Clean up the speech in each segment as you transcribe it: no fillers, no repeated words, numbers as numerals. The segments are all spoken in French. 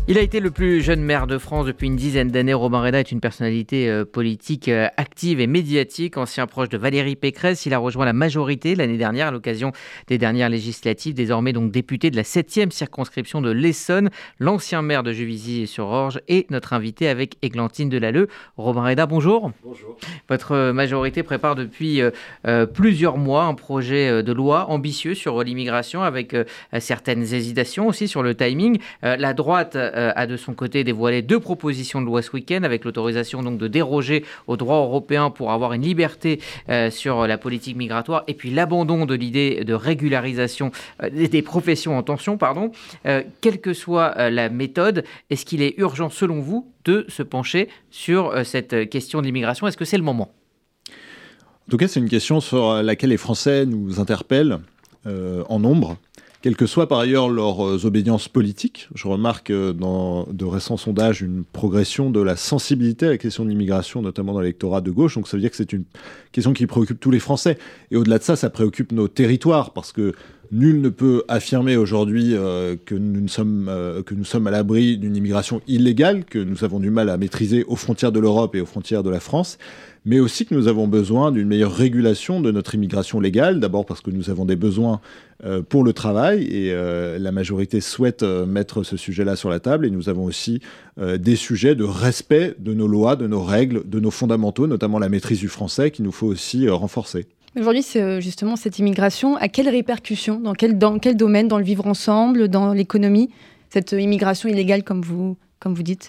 Il a été le plus jeune maire de France depuis une dizaine d'années. Robin Reda est une personnalité politique active et médiatique. Ancien proche de Valérie Pécresse, il a rejoint la majorité l'année dernière à l'occasion des dernières législatives. Désormais donc député de la 7e circonscription de l'Essonne. L'ancien maire de Juvisy-sur-Orge est notre invité avec Églantine Delalleux. Robin Reda, bonjour. Bonjour. Votre majorité prépare depuis plusieurs mois un projet de loi ambitieux sur l'immigration avec certaines hésitations aussi sur le timing. La droite a de son côté dévoilé 2 propositions de loi ce week-end avec l'autorisation donc de déroger au droit européen pour avoir une liberté sur la politique migratoire et puis l'abandon de l'idée de régularisation des professions en tension. Quelle que soit la méthode, est-ce qu'il est urgent selon vous de se pencher sur cette question de l'immigration? Est-ce que c'est le moment? En tout cas, c'est une question sur laquelle les Français nous interpellent en nombre. Quelles que soient par ailleurs leurs obédiences politiques, je remarque dans de récents sondages une progression de la sensibilité à la question de l'immigration, notamment dans l'électorat de gauche. Donc ça veut dire que c'est une question qui préoccupe tous les Français. Et au-delà de ça, ça préoccupe nos territoires, parce que nul ne peut affirmer aujourd'hui que nous sommes à l'abri d'une immigration illégale, que nous avons du mal à maîtriser aux frontières de l'Europe et aux frontières de la France, mais aussi que nous avons besoin d'une meilleure régulation de notre immigration légale, d'abord parce que nous avons des besoins pour le travail, et la majorité souhaite mettre ce sujet-là sur la table, et nous avons aussi des sujets de respect de nos lois, de nos règles, de nos fondamentaux, notamment la maîtrise du français, qu'il nous faut aussi renforcer. Aujourd'hui, c'est justement cette immigration, à quelles répercussions, dans quel domaine, dans le vivre ensemble, dans l'économie, cette immigration illégale comme vous dites?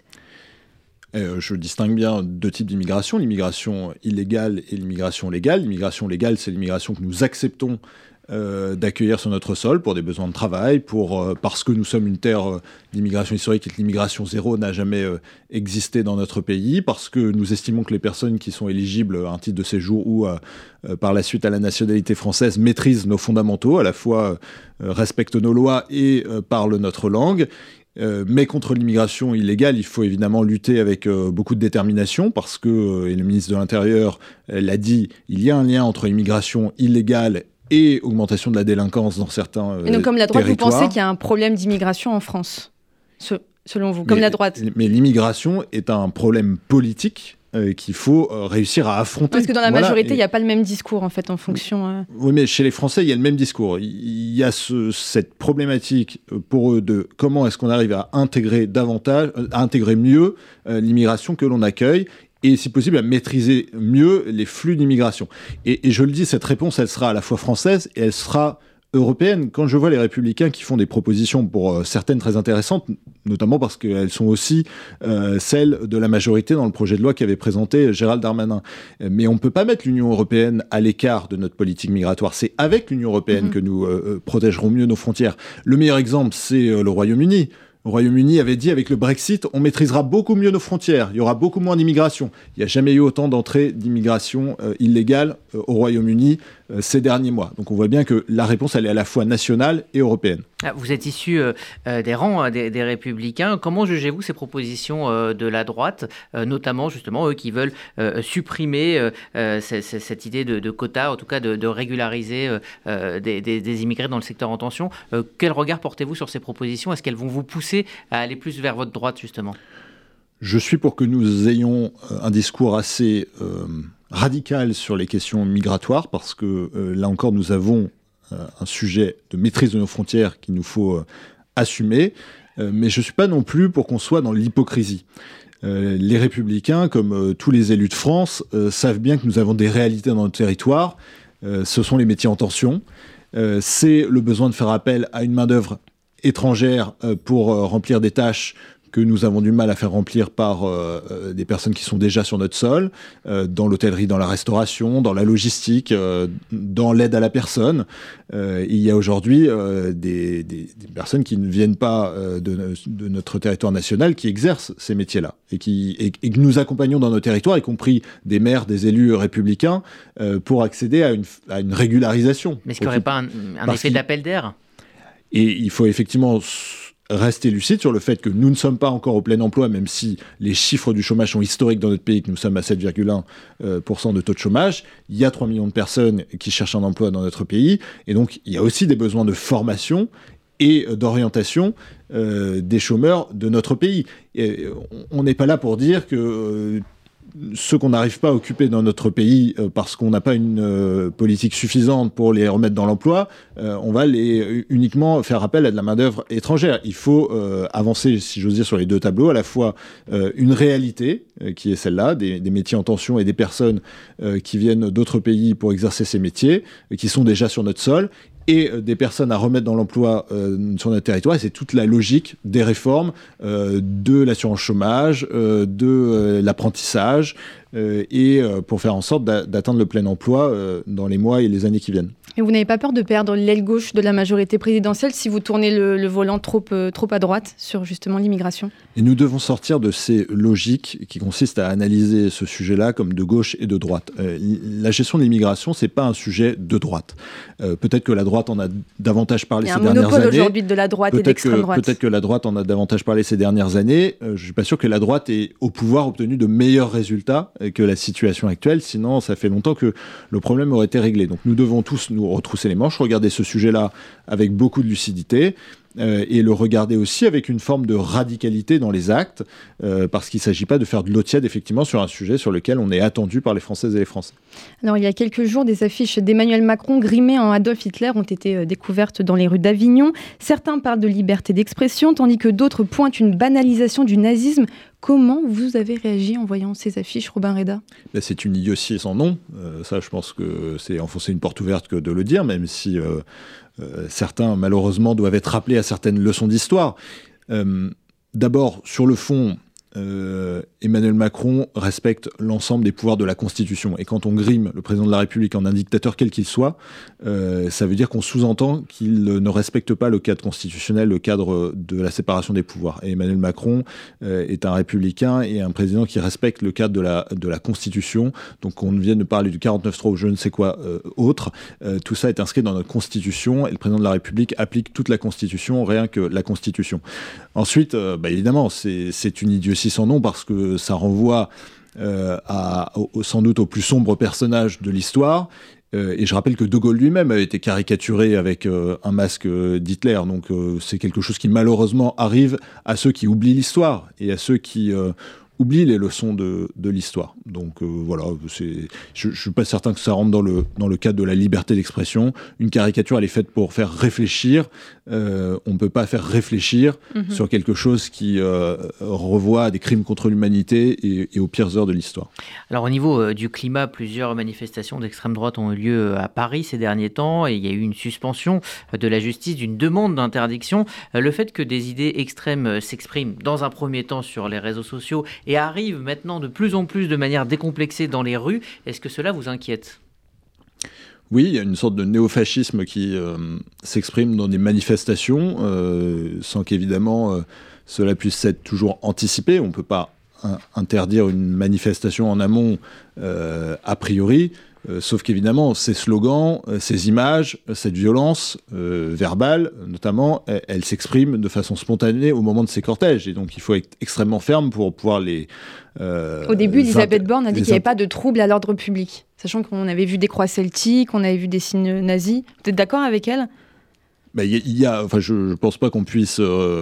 Je distingue bien 2 types d'immigration, l'immigration illégale et l'immigration légale. L'immigration légale, c'est l'immigration que nous acceptons d'accueillir sur notre sol pour des besoins de travail, parce que nous sommes une terre d'immigration historique et que l'immigration zéro n'a jamais existé dans notre pays, parce que nous estimons que les personnes qui sont éligibles à un titre de séjour ou par la suite à la nationalité française maîtrisent nos fondamentaux, à la fois respectent nos lois et parlent notre langue. Mais contre l'immigration illégale, il faut évidemment lutter avec beaucoup de détermination parce que, et le ministre de l'Intérieur l'a dit, il y a un lien entre immigration illégale et augmentation de la délinquance dans certains Et donc comme la droite, territoires. vous pensez qu'il y a un problème d'immigration en France, selon vous, comme la droite? Mais l'immigration est un problème politique qu'il faut réussir à affronter. Parce que dans la majorité, il n'y a pas le même discours, en fait, en fonction... Oui, mais chez les Français, il y a le même discours. Il y a cette problématique pour eux de comment est-ce qu'on arrive à intégrer mieux l'immigration que l'on accueille, et si possible à maîtriser mieux les flux d'immigration. Et je le dis, cette réponse, elle sera à la fois française et elle sera européenne. Quand je vois les Républicains qui font des propositions pour certaines très intéressantes, notamment parce qu'elles sont aussi celles de la majorité dans le projet de loi qu'avait présenté Gérald Darmanin. Mais on ne peut pas mettre l'Union européenne à l'écart de notre politique migratoire. C'est avec l'Union européenne que nous protégerons mieux nos frontières. Le meilleur exemple, c'est le Royaume-Uni. Le Royaume-Uni avait dit, avec le Brexit, on maîtrisera beaucoup mieux nos frontières, il y aura beaucoup moins d'immigration. Il n'y a jamais eu autant d'entrées d'immigration illégale au Royaume-Uni ces derniers mois. Donc on voit bien que la réponse, elle est à la fois nationale et européenne. Vous êtes issu des rangs des Républicains. Comment jugez-vous ces propositions de la droite, notamment justement eux qui veulent supprimer cette idée de quotas, en tout cas de régulariser des immigrés dans le secteur en tension? Quel regard portez-vous sur ces propositions? Est-ce qu'elles vont vous pousser à aller plus vers votre droite justement? Je suis pour que nous ayons un discours assez radical sur les questions migratoires, parce que là encore nous avons un sujet de maîtrise de nos frontières qu'il nous faut assumer, mais je ne suis pas non plus pour qu'on soit dans l'hypocrisie. Les Républicains, comme tous les élus de France, savent bien que nous avons des réalités dans notre territoire. Ce sont les métiers en tension, c'est le besoin de faire appel à une main-d'œuvre étrangère pour remplir des tâches que nous avons du mal à faire remplir par des personnes qui sont déjà sur notre sol, dans l'hôtellerie, dans la restauration, dans la logistique, dans l'aide à la personne. Il y a aujourd'hui des personnes qui ne viennent pas de notre territoire national qui exercent ces métiers-là et que nous accompagnons dans nos territoires, y compris des maires, des élus républicains, pour accéder à une régularisation. Mais est-ce qu'il n'y aurait pas un effet d'appel d'air ? Et il faut effectivement rester lucide sur le fait que nous ne sommes pas encore au plein emploi, même si les chiffres du chômage sont historiques dans notre pays, que nous sommes à 7,1% de taux de chômage. Il y a 3 millions de personnes qui cherchent un emploi dans notre pays. Et donc, il y a aussi des besoins de formation et d'orientation des chômeurs de notre pays. Et on n'est pas là pour dire que ceux qu'on n'arrive pas à occuper dans notre pays parce qu'on n'a pas une politique suffisante pour les remettre dans l'emploi, on va uniquement faire appel à de la main-d'œuvre étrangère. Il faut avancer, si j'ose dire, sur les deux tableaux, à la fois une réalité qui est celle-là, des métiers en tension et des personnes qui viennent d'autres pays pour exercer ces métiers, qui sont déjà sur notre sol, et des personnes à remettre dans l'emploi sur notre territoire. Et c'est toute la logique des réformes de l'assurance chômage, de l'apprentissage, et pour faire en sorte d'atteindre le plein emploi dans les mois et les années qui viennent. Et vous n'avez pas peur de perdre l'aile gauche de la majorité présidentielle si vous tournez le volant trop à droite sur justement l'immigration ? Et nous devons sortir de ces logiques qui consistent à analyser ce sujet-là comme de gauche et de droite. La gestion de l'immigration, c'est pas un sujet de droite. Peut-être que la droite en a davantage parlé ces dernières années. Il y a un monopole aujourd'hui de la droite et d'extrême droite. Peut-être que la droite en a davantage parlé ces dernières années. Je suis pas sûr que la droite ait au pouvoir obtenu de meilleurs résultats que la situation actuelle. Sinon, ça fait longtemps que le problème aurait été réglé. Donc nous devons tous nous retrousser les manches, regarder ce sujet-là avec beaucoup de lucidité, et le regarder aussi avec une forme de radicalité dans les actes, parce qu'il ne s'agit pas de faire de l'eau tiède, effectivement, sur un sujet sur lequel on est attendu par les Françaises et les Français. Alors, il y a quelques jours, des affiches d'Emmanuel Macron grimées en Adolf Hitler ont été découvertes dans les rues d'Avignon. Certains parlent de liberté d'expression, tandis que d'autres pointent une banalisation du nazisme. Comment vous avez réagi en voyant ces affiches, Robin Reda ? C'est une idiotie sans nom. Ça, je pense que c'est enfoncer une porte ouverte que de le dire, même si certains, malheureusement, doivent être rappelés à certaines leçons d'histoire. D'abord, sur le fond, Emmanuel Macron respecte l'ensemble des pouvoirs de la Constitution. Et quand on grime le président de la République en un dictateur quel qu'il soit, ça veut dire qu'on sous-entend qu'il ne respecte pas le cadre constitutionnel, le cadre de la séparation des pouvoirs. Et Emmanuel Macron est un républicain et un président qui respecte le cadre de la Constitution. Donc on vient de parler du 49.3 ou je ne sais quoi autre. Tout ça est inscrit dans notre Constitution et le président de la République applique toute la Constitution, rien que la Constitution. Ensuite, évidemment, c'est une idiotie sans nom parce que ça renvoie sans doute au plus sombre personnage de l'histoire. Et je rappelle que De Gaulle lui-même a été caricaturé avec un masque d'Hitler. Donc c'est quelque chose qui malheureusement arrive à ceux qui oublient l'histoire et à ceux qui oublie les leçons de l'histoire. Donc voilà, je ne suis pas certain que ça rentre dans le cadre de la liberté d'expression. Une caricature, elle est faite pour faire réfléchir. On ne peut pas faire réfléchir sur quelque chose qui revoit à des crimes contre l'humanité et aux pires heures de l'histoire. Alors au niveau du climat, plusieurs manifestations d'extrême droite ont eu lieu à Paris ces derniers temps et il y a eu une suspension de la justice d'une demande d'interdiction. Le fait que des idées extrêmes s'expriment dans un premier temps sur les réseaux sociaux et arrive maintenant de plus en plus de manière décomplexée dans les rues. Est-ce que cela vous inquiète ? Oui, il y a une sorte de néofascisme qui s'exprime dans des manifestations, sans qu'évidemment cela puisse être toujours anticipé. On ne peut pas interdire une manifestation en amont a priori. Sauf qu'évidemment, ces slogans, ces images, cette violence verbale, notamment, elle s'exprime de façon spontanée au moment de ces cortèges. Et donc, il faut être extrêmement ferme pour pouvoir les... Au début, Elisabeth Borne a dit qu'il n'y avait pas de trouble à l'ordre public. Sachant qu'on avait vu des croix celtiques, on avait vu des signes nazis. Vous êtes d'accord avec elle ? Je ne pense pas qu'on puisse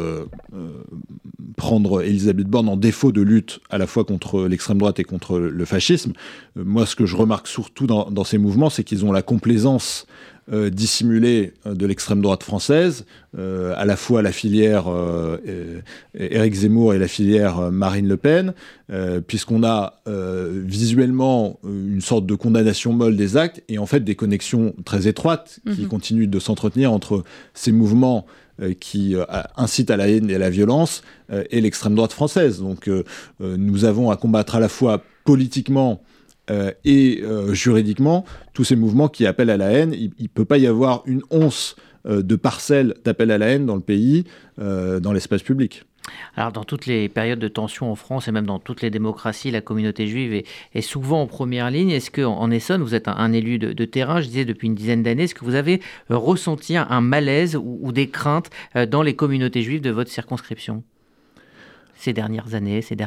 prendre Elisabeth Borne en défaut de lutte à la fois contre l'extrême droite et contre le fascisme. Moi, ce que je remarque surtout dans ces mouvements, c'est qu'ils ont la complaisance dissimulée de l'extrême droite française, à la fois la filière Éric Zemmour et la filière Marine Le Pen, puisqu'on a visuellement une sorte de condamnation molle des actes et en fait des connexions très étroites qui continuent de s'entretenir entre ces mouvements qui incitent à la haine et à la violence et l'extrême droite française. Donc nous avons à combattre à la fois politiquement et juridiquement tous ces mouvements qui appellent à la haine. Il ne peut pas y avoir une once de parcelle d'appel à la haine dans le pays, dans l'espace public. Alors, dans toutes les périodes de tension en France et même dans toutes les démocraties, la communauté juive est souvent en première ligne. Est-ce qu'en Essonne, vous êtes un élu de terrain, je disais depuis une dizaine d'années, est-ce que vous avez ressenti un malaise ou des craintes dans les communautés juives de votre circonscription ces dernières années, ces derniers mois ?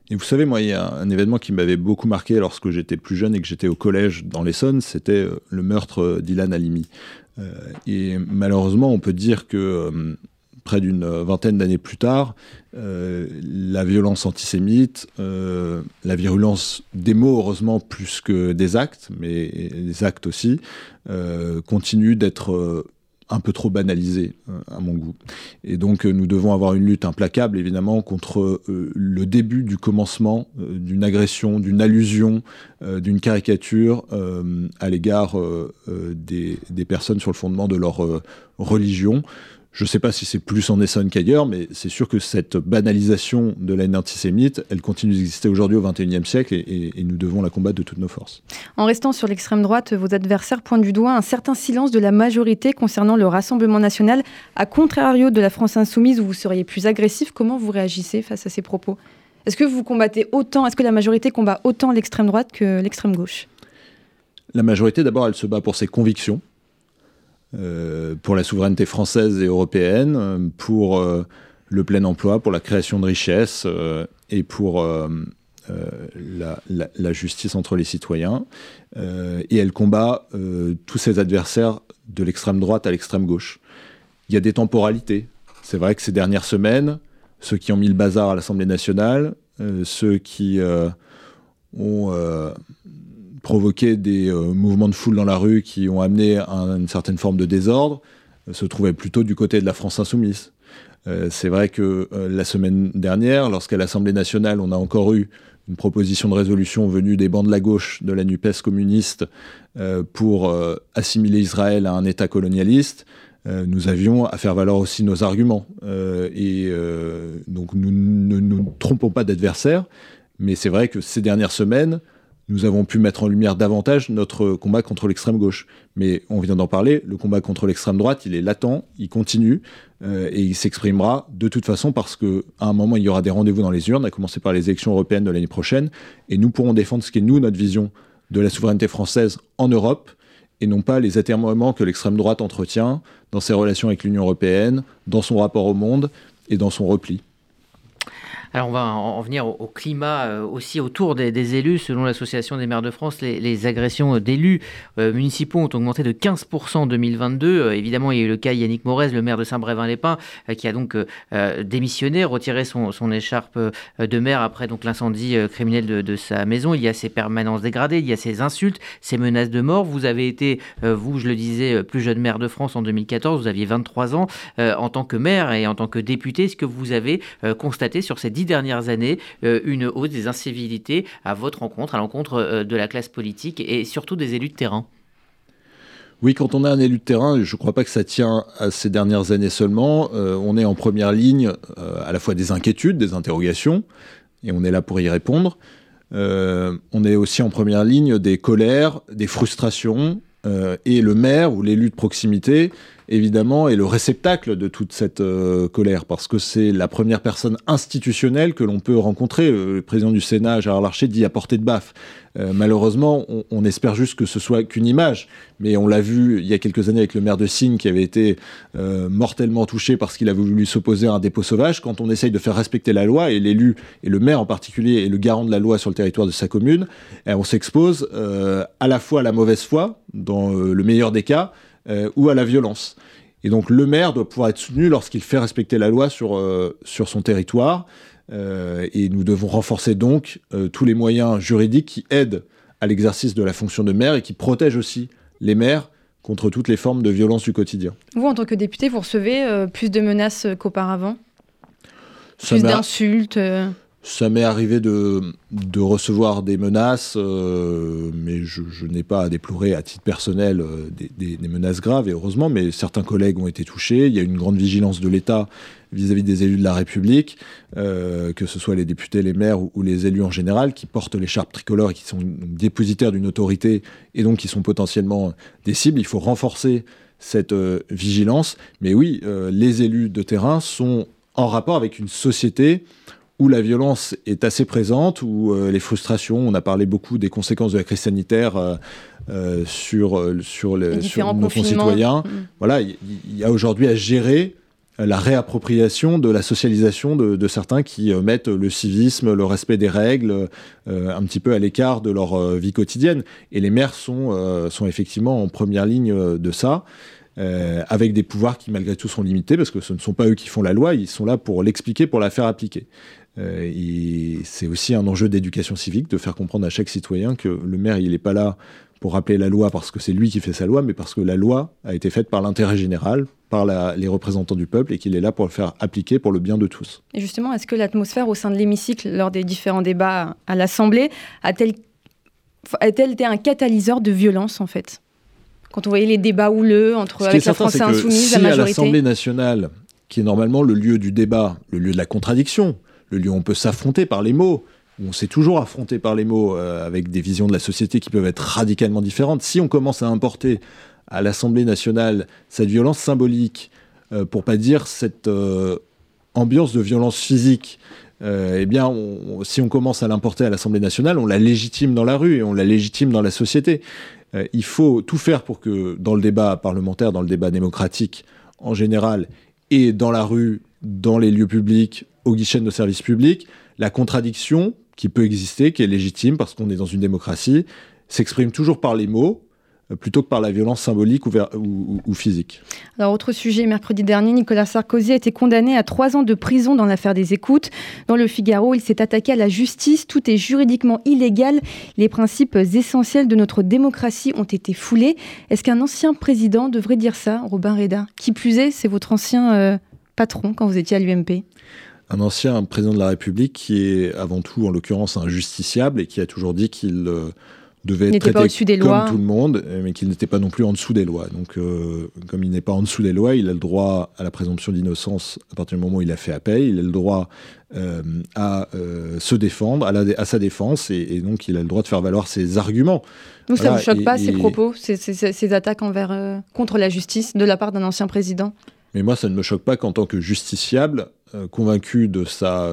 Et vous savez, moi, il y a un événement qui m'avait beaucoup marqué lorsque j'étais plus jeune et que j'étais au collège dans l'Essonne, c'était le meurtre d'Ilan Halimi. Et malheureusement, on peut dire que près d'une vingtaine d'années plus tard, la violence antisémite, la virulence des mots, heureusement, plus que des actes, mais les actes aussi, continuent d'être un peu trop banalisé à mon goût. Et donc nous devons avoir une lutte implacable évidemment contre le début du commencement d'une agression, d'une allusion, d'une caricature à l'égard des personnes sur le fondement de leur religion. Je ne sais pas si c'est plus en Essonne qu'ailleurs, mais c'est sûr que cette banalisation de la haine antisémite, elle continue d'exister aujourd'hui au XXIe siècle et nous devons la combattre de toutes nos forces. En restant sur l'extrême droite, vos adversaires pointent du doigt un certain silence de la majorité concernant le Rassemblement national, à contrario de la France insoumise où vous seriez plus agressif. Comment vous réagissez face à ces propos ? Est-ce que vous combattez autant, est-ce que la majorité combat autant l'extrême droite que l'extrême gauche ? La majorité, d'abord, elle se bat pour ses convictions. Pour la souveraineté française et européenne, pour le plein emploi, pour la création de richesses et pour la justice entre les citoyens. Et elle combat tous ses adversaires de l'extrême droite à l'extrême gauche. Il y a des temporalités. C'est vrai que ces dernières semaines, ceux qui ont mis le bazar à l'Assemblée nationale, ceux qui ont provoqué des mouvements de foule dans la rue qui ont amené à une certaine forme de désordre, se trouvaient plutôt du côté de la France insoumise. C'est vrai que la semaine dernière, lorsqu'à l'Assemblée nationale, on a encore eu une proposition de résolution venue des bancs de la gauche de la NUPES communiste pour assimiler Israël à un État colonialiste, nous avions à faire valoir aussi nos arguments. Donc nous ne nous trompons pas d'adversaires, mais c'est vrai que ces dernières semaines, nous avons pu mettre en lumière davantage notre combat contre l'extrême gauche. Mais on vient d'en parler, le combat contre l'extrême droite, il est latent, il continue, et il s'exprimera de toute façon parce qu'à un moment, il y aura des rendez-vous dans les urnes, à commencer par les élections européennes de l'année prochaine, et nous pourrons défendre ce qui est, nous, notre vision de la souveraineté française en Europe, et non pas les atermoiements que l'extrême droite entretient dans ses relations avec l'Union européenne, dans son rapport au monde et dans son repli. Alors on va en venir au climat aussi autour des élus. Selon l'Association des maires de France, les agressions d'élus municipaux ont augmenté de 15% en 2022. Évidemment, il y a eu le cas Yannick Morez, le maire de Saint-Brévin-les-Pins, qui a donc démissionné, retiré son écharpe de maire après donc l'incendie criminel de sa maison. Il y a ces permanences dégradées, il y a ces insultes, ces menaces de mort. Vous avez été, vous, je le disais, plus jeune maire de France en 2014, vous aviez 23 ans. En tant que maire et en tant que député, est-ce que vous avez constaté sur ces 10 dernières années une hausse des incivilités à votre rencontre, à l'encontre de la classe politique et surtout des élus de terrain? Oui, quand on est un élu de terrain, je ne crois pas que ça tient à ces dernières années seulement. On est en première ligne à la fois des inquiétudes, des interrogations, et on est là pour y répondre. On est aussi en première ligne des colères, des frustrations, et le maire ou l'élu de proximité, évidemment, est le réceptacle de toute cette colère, parce que c'est la première personne institutionnelle que l'on peut rencontrer. Le président du Sénat, Gérard Larcher, dit à portée de baffe. Malheureusement, on espère juste que ce soit qu'une image, mais on l'a vu il y a quelques années avec le maire de Signes qui avait été mortellement touché parce qu'il avait voulu s'opposer à un dépôt sauvage. Quand on essaye de faire respecter la loi, et l'élu, et le maire en particulier, est le garant de la loi sur le territoire de sa commune, on s'expose à la fois à la mauvaise foi, dans le meilleur des cas, ou à la violence. Et donc le maire doit pouvoir être soutenu lorsqu'il fait respecter la loi sur son territoire. Et nous devons renforcer donc tous les moyens juridiques qui aident à l'exercice de la fonction de maire et qui protègent aussi les maires contre toutes les formes de violence du quotidien. Vous, en tant que député, vous recevez plus de menaces qu'auparavant ? Plus d'insultes Ça m'est arrivé de recevoir des menaces, mais je n'ai pas à déplorer à titre personnel des menaces graves, et heureusement, mais certains collègues ont été touchés. Il y a une grande vigilance de l'État vis-à-vis des élus de la République, que ce soit les députés, les maires ou les élus en général, qui portent l'écharpe tricolore et qui sont dépositaires d'une autorité et donc qui sont potentiellement des cibles. Il faut renforcer cette vigilance. Mais oui, les élus de terrain sont en rapport avec une société où la violence est assez présente, où les frustrations, on a parlé beaucoup des conséquences de la crise sanitaire sur nos concitoyens. Voilà, il y a aujourd'hui à gérer la réappropriation de la socialisation de certains qui mettent le civisme, le respect des règles un petit peu à l'écart de leur vie quotidienne. Et les maires sont effectivement en première ligne de ça, avec des pouvoirs qui malgré tout sont limités, parce que ce ne sont pas eux qui font la loi, ils sont là pour l'expliquer, pour la faire appliquer. Et c'est aussi un enjeu d'éducation civique, de faire comprendre à chaque citoyen que le maire, il n'est pas là pour rappeler la loi parce que c'est lui qui fait sa loi, mais parce que la loi a été faite par l'intérêt général, par les représentants du peuple, et qu'il est là pour le faire appliquer pour le bien de tous. Et justement, est-ce que l'atmosphère au sein de l'hémicycle, lors des différents débats à l'Assemblée, a-t-elle été un catalyseur de violence, en fait ? Quand on voyait les débats houleux avec la France insoumise, la majorité. Si à l'Assemblée nationale, qui est normalement le lieu du débat, le lieu de la contradiction, le lieu où on peut s'affronter par les mots, où on s'est toujours affronté par les mots avec des visions de la société qui peuvent être radicalement différentes, si on commence à importer à l'Assemblée nationale cette violence symbolique, pour pas dire cette ambiance de violence physique, eh bien, si on commence à l'importer à l'Assemblée nationale, on la légitime dans la rue et on la légitime dans la société. Il faut tout faire pour que dans le débat parlementaire, dans le débat démocratique en général, et dans la rue, dans les lieux publics, au guichet de nos services publics, la contradiction qui peut exister, qui est légitime parce qu'on est dans une démocratie, s'exprime toujours par les mots, plutôt que par la violence symbolique ou physique. Alors, autre sujet, mercredi dernier, Nicolas Sarkozy a été condamné à 3 ans de prison dans l'affaire des écoutes. Dans Le Figaro, il s'est attaqué à la justice. Tout est juridiquement illégal. Les principes essentiels de notre démocratie ont été foulés. Est-ce qu'un ancien président devrait dire ça, Robin Reda ? Qui plus est, c'est votre ancien patron quand vous étiez à l'UMP. Un ancien président de la République qui est avant tout, en l'occurrence, un justiciable et qui a toujours dit qu'il devait être traité comme tout le monde, mais qu'il n'était pas non plus en dessous des lois. Donc, comme il n'est pas en dessous des lois, il a le droit à la présomption d'innocence à partir du moment où il a fait appel. Il a le droit à se défendre, à sa défense, et donc il a le droit de faire valoir ses arguments. Donc ça ne vous choque pas, ces propos, ces attaques contre la justice de la part d'un ancien président ? Mais moi, ça ne me choque pas qu'en tant que justiciable, convaincu de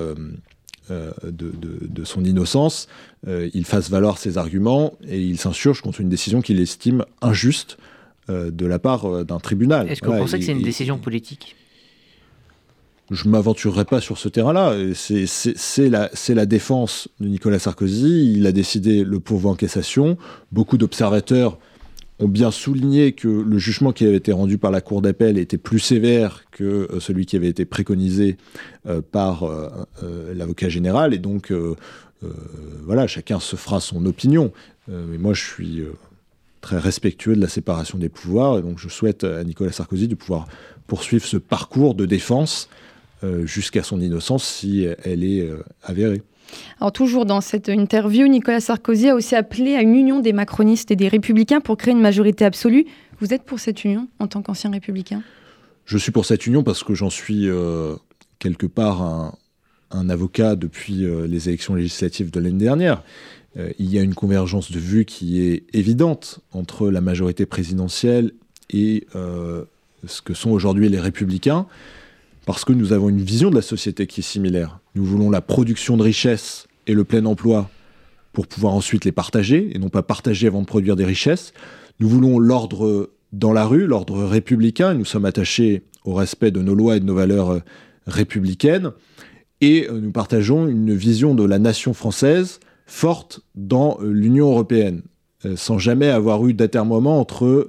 son innocence, il fasse valoir ses arguments et il s'insurge contre une décision qu'il estime injuste de la part d'un tribunal. Est-ce que vous pensez que c'est une décision politique ? Je ne m'aventurerai pas sur ce terrain-là. C'est la défense de Nicolas Sarkozy. Il a décidé le pourvoi en cassation. Beaucoup d'observateurs ont bien souligné que le jugement qui avait été rendu par la Cour d'appel était plus sévère que celui qui avait été préconisé par l'avocat général. Et donc, voilà, chacun se fera son opinion. Mais moi, je suis très respectueux de la séparation des pouvoirs. Et donc, je souhaite à Nicolas Sarkozy de pouvoir poursuivre ce parcours de défense jusqu'à son innocence si elle est avérée. Alors toujours dans cette interview, Nicolas Sarkozy a aussi appelé à une union des macronistes et des républicains pour créer une majorité absolue. Vous êtes pour cette union en tant qu'ancien républicain ? Je suis pour cette union parce que j'en suis quelque part un avocat depuis les élections législatives de l'année dernière. Il y a une convergence de vues qui est évidente entre la majorité présidentielle et ce que sont aujourd'hui les républicains, parce que nous avons une vision de la société qui est similaire. Nous voulons la production de richesses et le plein emploi pour pouvoir ensuite les partager, et non pas partager avant de produire des richesses. Nous voulons l'ordre dans la rue, l'ordre républicain, et nous sommes attachés au respect de nos lois et de nos valeurs républicaines, et nous partageons une vision de la nation française forte dans l'Union européenne, sans jamais avoir eu d'atermoiement entre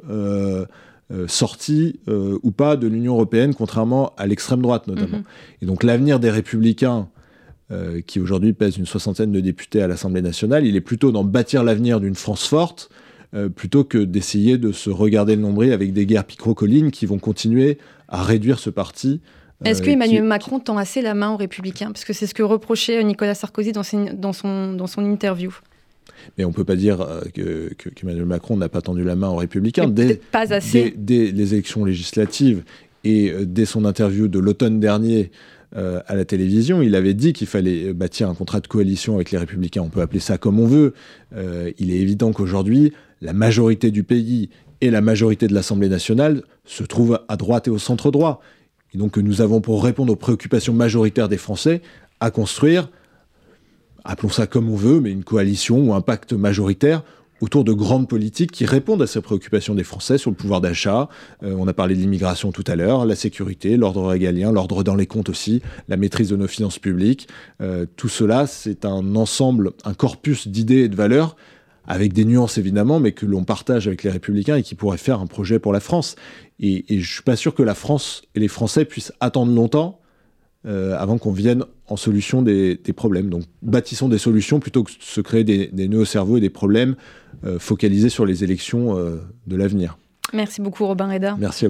sortie ou pas de l'Union européenne, contrairement à l'extrême droite notamment. Et donc l'avenir des Républicains, qui aujourd'hui pèsent une 60aine de députés à l'Assemblée nationale, il est plutôt d'en bâtir l'avenir d'une France forte, plutôt que d'essayer de se regarder le nombril avec des guerres picrocolines qui vont continuer à réduire ce parti. Est-ce que Emmanuel Macron tend assez la main aux Républicains ? Parce que c'est ce que reprochait Nicolas Sarkozy dans son interview. Mais on ne peut pas dire qu'Emmanuel Macron n'a pas tendu la main aux Républicains. Pas assez. Dès les élections législatives et dès son interview de l'automne dernier à la télévision, il avait dit qu'il fallait bâtir un contrat de coalition avec les Républicains. On peut appeler ça comme on veut. Il est évident qu'aujourd'hui, la majorité du pays et la majorité de l'Assemblée nationale se trouvent à droite et au centre droit. Et donc nous avons, pour répondre aux préoccupations majoritaires des Français, à construire, appelons ça comme on veut, mais une coalition ou un pacte majoritaire autour de grandes politiques qui répondent à ces préoccupations des Français sur le pouvoir d'achat. On a parlé de l'immigration tout à l'heure, la sécurité, l'ordre régalien, l'ordre dans les comptes aussi, la maîtrise de nos finances publiques. Tout cela, c'est un ensemble, un corpus d'idées et de valeurs, avec des nuances évidemment, mais que l'on partage avec les Républicains et qui pourrait faire un projet pour la France. Et je ne suis pas sûr que la France et les Français puissent attendre longtemps avant qu'on vienne en solution des problèmes. Donc bâtissons des solutions plutôt que de se créer des nœuds au cerveau et des problèmes focalisés sur les élections de l'avenir. Merci beaucoup Robin Reda. Merci à vous.